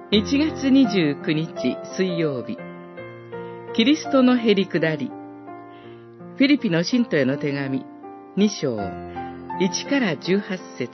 1月29日水曜日、キリストのへりくだり。フィリピの信徒への手紙2章1から18節。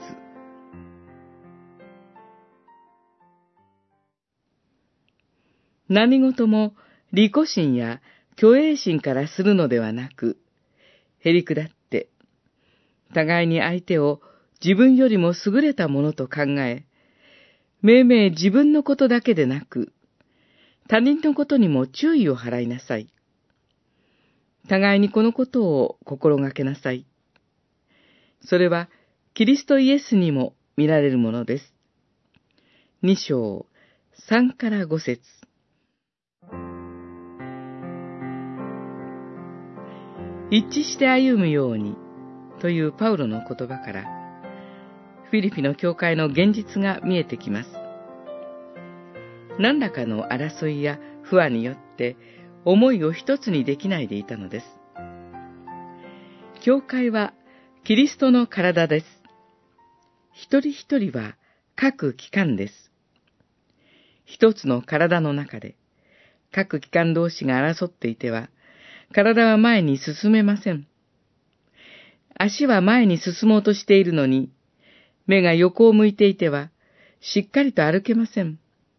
何事も利己心や虚栄心からするのではなく、へりくだって、互いに相手を自分よりも優れたものと考え、めいめい自分のことだけでなく、他人のことにも注意を払いなさい。互いにこのことを心がけなさい。それは、キリストイエスにも見られるものです。2章3から5節。一致して歩むようにというパウロの言葉から、フィリピの教会の現実が見えてきます。何らかの争いや不和によって思いを一つにできないでいたのです。教会はキリストの体です。一人一人は各機関です。一つの体の中で各機関同士が争っていては、体は前に進めません。足は前に進もうとしているのに、目が横を向いていては、しっかりと歩けません。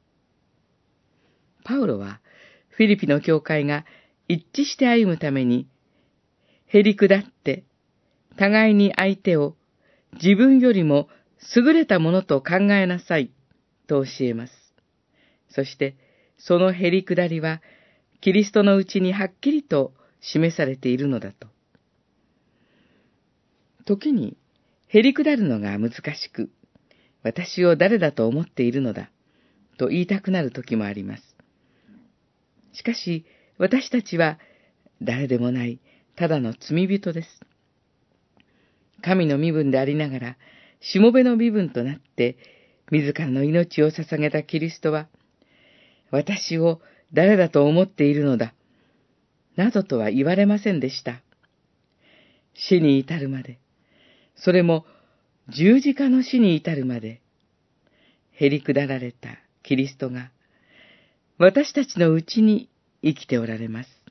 パウロは、フィリピの教会が一致して歩むために、へりくだって、互いに相手を自分よりも優れたものと考えなさい、と教えます。そして、そのへりくだりは、キリストのうちにはっきりと示されているのだと。時に、へりくだるのが難しく、私を誰だと思っているのだ、と言いたくなる時もあります。しかし、私たちは誰でもないただの罪人です。神の身分でありながら、しもべの身分となって、自らの命を捧げたキリストは、私を誰だと思っているのだ、などとは言われませんでした。死に至るまで、それも十字架の死に至るまで、へりくだられたキリストが、私たちのうちに生きておられます。